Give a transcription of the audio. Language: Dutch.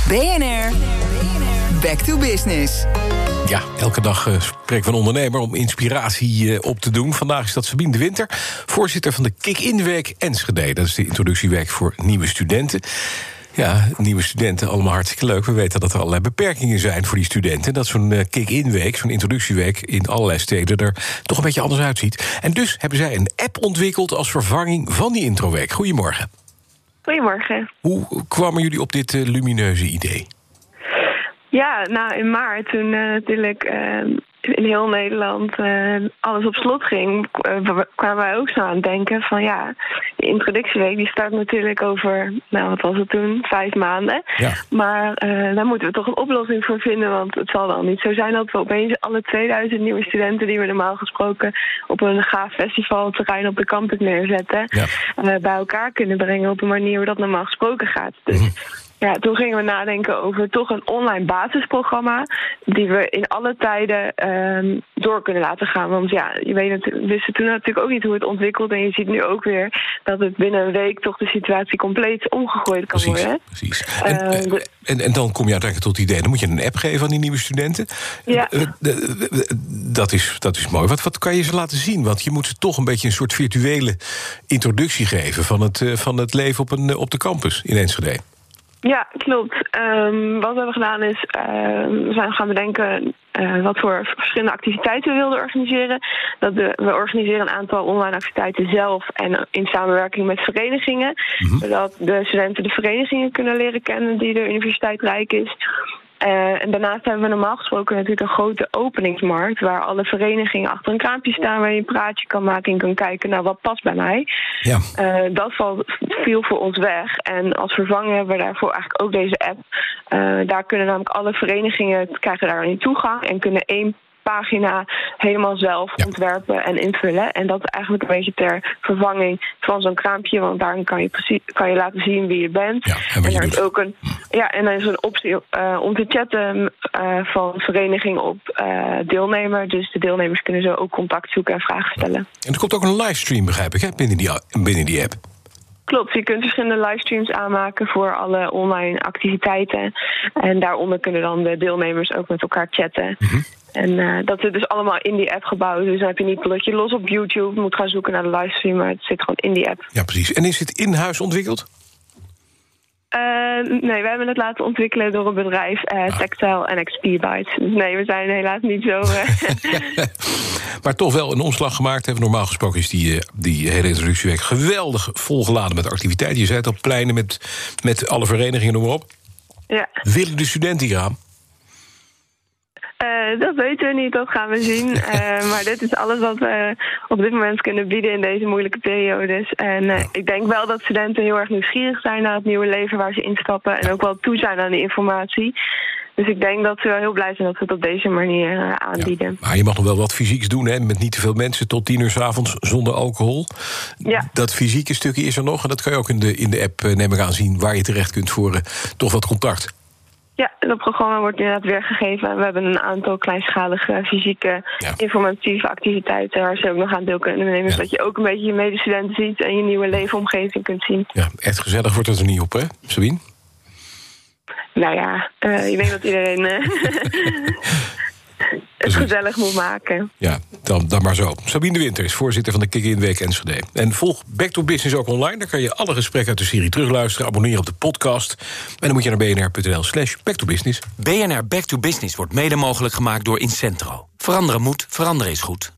BNR Back to Business. Ja, elke dag spreken we een ondernemer om inspiratie op te doen. Vandaag is dat Sabine de Winter, voorzitter van de Kick-In-week Enschede. Dat is de introducieweek voor nieuwe studenten. Ja, nieuwe studenten, allemaal hartstikke leuk. We weten dat er allerlei beperkingen zijn voor die studenten. Dat zo'n kick-in-week, zo'n introducieweek in allerlei steden er toch een beetje anders uitziet. En dus hebben zij een app ontwikkeld als vervanging van die introweek. Goedemorgen. Goedemorgen. Hoe kwamen jullie op dit lumineuze idee? Ja, nou in maart toen natuurlijk in heel Nederland alles op slot ging, kwamen wij ook zo aan het denken van ja, de introductieweek die start natuurlijk over, nou wat was het toen, 5 maanden. Ja. Maar daar moeten we toch een oplossing voor vinden, want het zal wel niet zo zijn dat we opeens alle 2000 nieuwe studenten die we normaal gesproken op een gaaf festivalterrein op de campus neerzetten, bij elkaar kunnen brengen op een manier hoe dat normaal gesproken gaat. Dus ja, toen gingen we nadenken over toch een online basisprogramma die we in alle tijden door kunnen laten gaan. Want ja, we wisten toen natuurlijk ook niet hoe het ontwikkelt. En je ziet nu ook weer dat het binnen een week toch de situatie compleet omgegooid kan worden. Precies. En dan kom je uiteindelijk tot het idee, dan moet je een app geven aan die nieuwe studenten. Ja. Dat is mooi. Wat kan je ze laten zien? Want je moet ze toch een beetje een soort virtuele introductie geven van het leven op de campus in Enschede. Ja, klopt. Wat we hebben gedaan is, we zijn gaan bedenken wat voor verschillende activiteiten we wilden organiseren. We organiseren een aantal online activiteiten zelf en in samenwerking met verenigingen. Zodat de studenten de verenigingen kunnen leren kennen die de universiteit rijk is. En daarnaast hebben we normaal gesproken natuurlijk een grote openingsmarkt waar alle verenigingen achter een kraampje staan waar je een praatje kan maken en kan kijken naar wat past bij mij. Ja. Dat viel voor ons weg. En als vervanger hebben we daarvoor eigenlijk ook deze app. Daar kunnen namelijk alle verenigingen krijgen daar in toegang en kunnen 1 pagina helemaal zelf ontwerpen en invullen. En dat is eigenlijk een beetje ter vervanging van zo'n kraampje, want daarin kan je laten zien wie je bent. Ja, en er is ook en er is een optie om te chatten van vereniging op deelnemer. Dus de deelnemers kunnen zo ook contact zoeken en vragen stellen. En er komt ook een livestream, begrijp ik, hè, binnen die app. Klopt, je kunt verschillende livestreams aanmaken voor alle online activiteiten. En daaronder kunnen dan de deelnemers ook met elkaar chatten. En dat zit dus allemaal in die app gebouwd. Dus dan heb je niet dat je los op YouTube moet gaan zoeken naar de livestream, maar het zit gewoon in die app. Ja, precies. En is het in-huis ontwikkeld? Nee, we hebben het laten ontwikkelen door een bedrijf, Tactile en XP Bytes. Dus nee, we zijn helaas niet zo. Maar toch wel een omslag gemaakt. Normaal gesproken is die hele introductieweek geweldig volgeladen met activiteiten. Je zei het al, pleinen met alle verenigingen, noem maar op. Ja. Willen de studenten hier aan? Dat weten we niet, dat gaan we zien. Maar dit is alles wat we op dit moment kunnen bieden in deze moeilijke periodes. En ik denk wel dat studenten heel erg nieuwsgierig zijn naar het nieuwe leven waar ze instappen. En ook wel toe zijn aan die informatie. Dus ik denk dat ze wel heel blij zijn dat we het op deze manier aanbieden. Ja, maar je mag nog wel wat fysieks doen, hè? Met niet te veel mensen tot 10 uur 's avonds zonder alcohol. Ja. Dat fysieke stukje is er nog. En dat kan je ook in de app, neem ik aan, zien waar je terecht kunt voor toch wat contact. Ja, dat programma wordt inderdaad weergegeven. We hebben een aantal kleinschalige fysieke informatieve activiteiten waar ze ook nog aan deel kunnen nemen. Zodat je ook een beetje je medestudenten ziet en je nieuwe leefomgeving kunt zien. Ja, echt gezellig wordt het er niet op, hè, Sabine? Nou ja, ik denk dat iedereen het gezellig moet maken. Ja, dan maar zo. Sabine de Winter is voorzitter van de Kick-In-week Enschede. En volg Back to Business ook online. Daar kan je alle gesprekken uit de serie terugluisteren. Abonneren op de podcast. En dan moet je naar bnr.nl/backtobusiness. BNR Back to Business wordt mede mogelijk gemaakt door Incentro. Veranderen moet, veranderen is goed.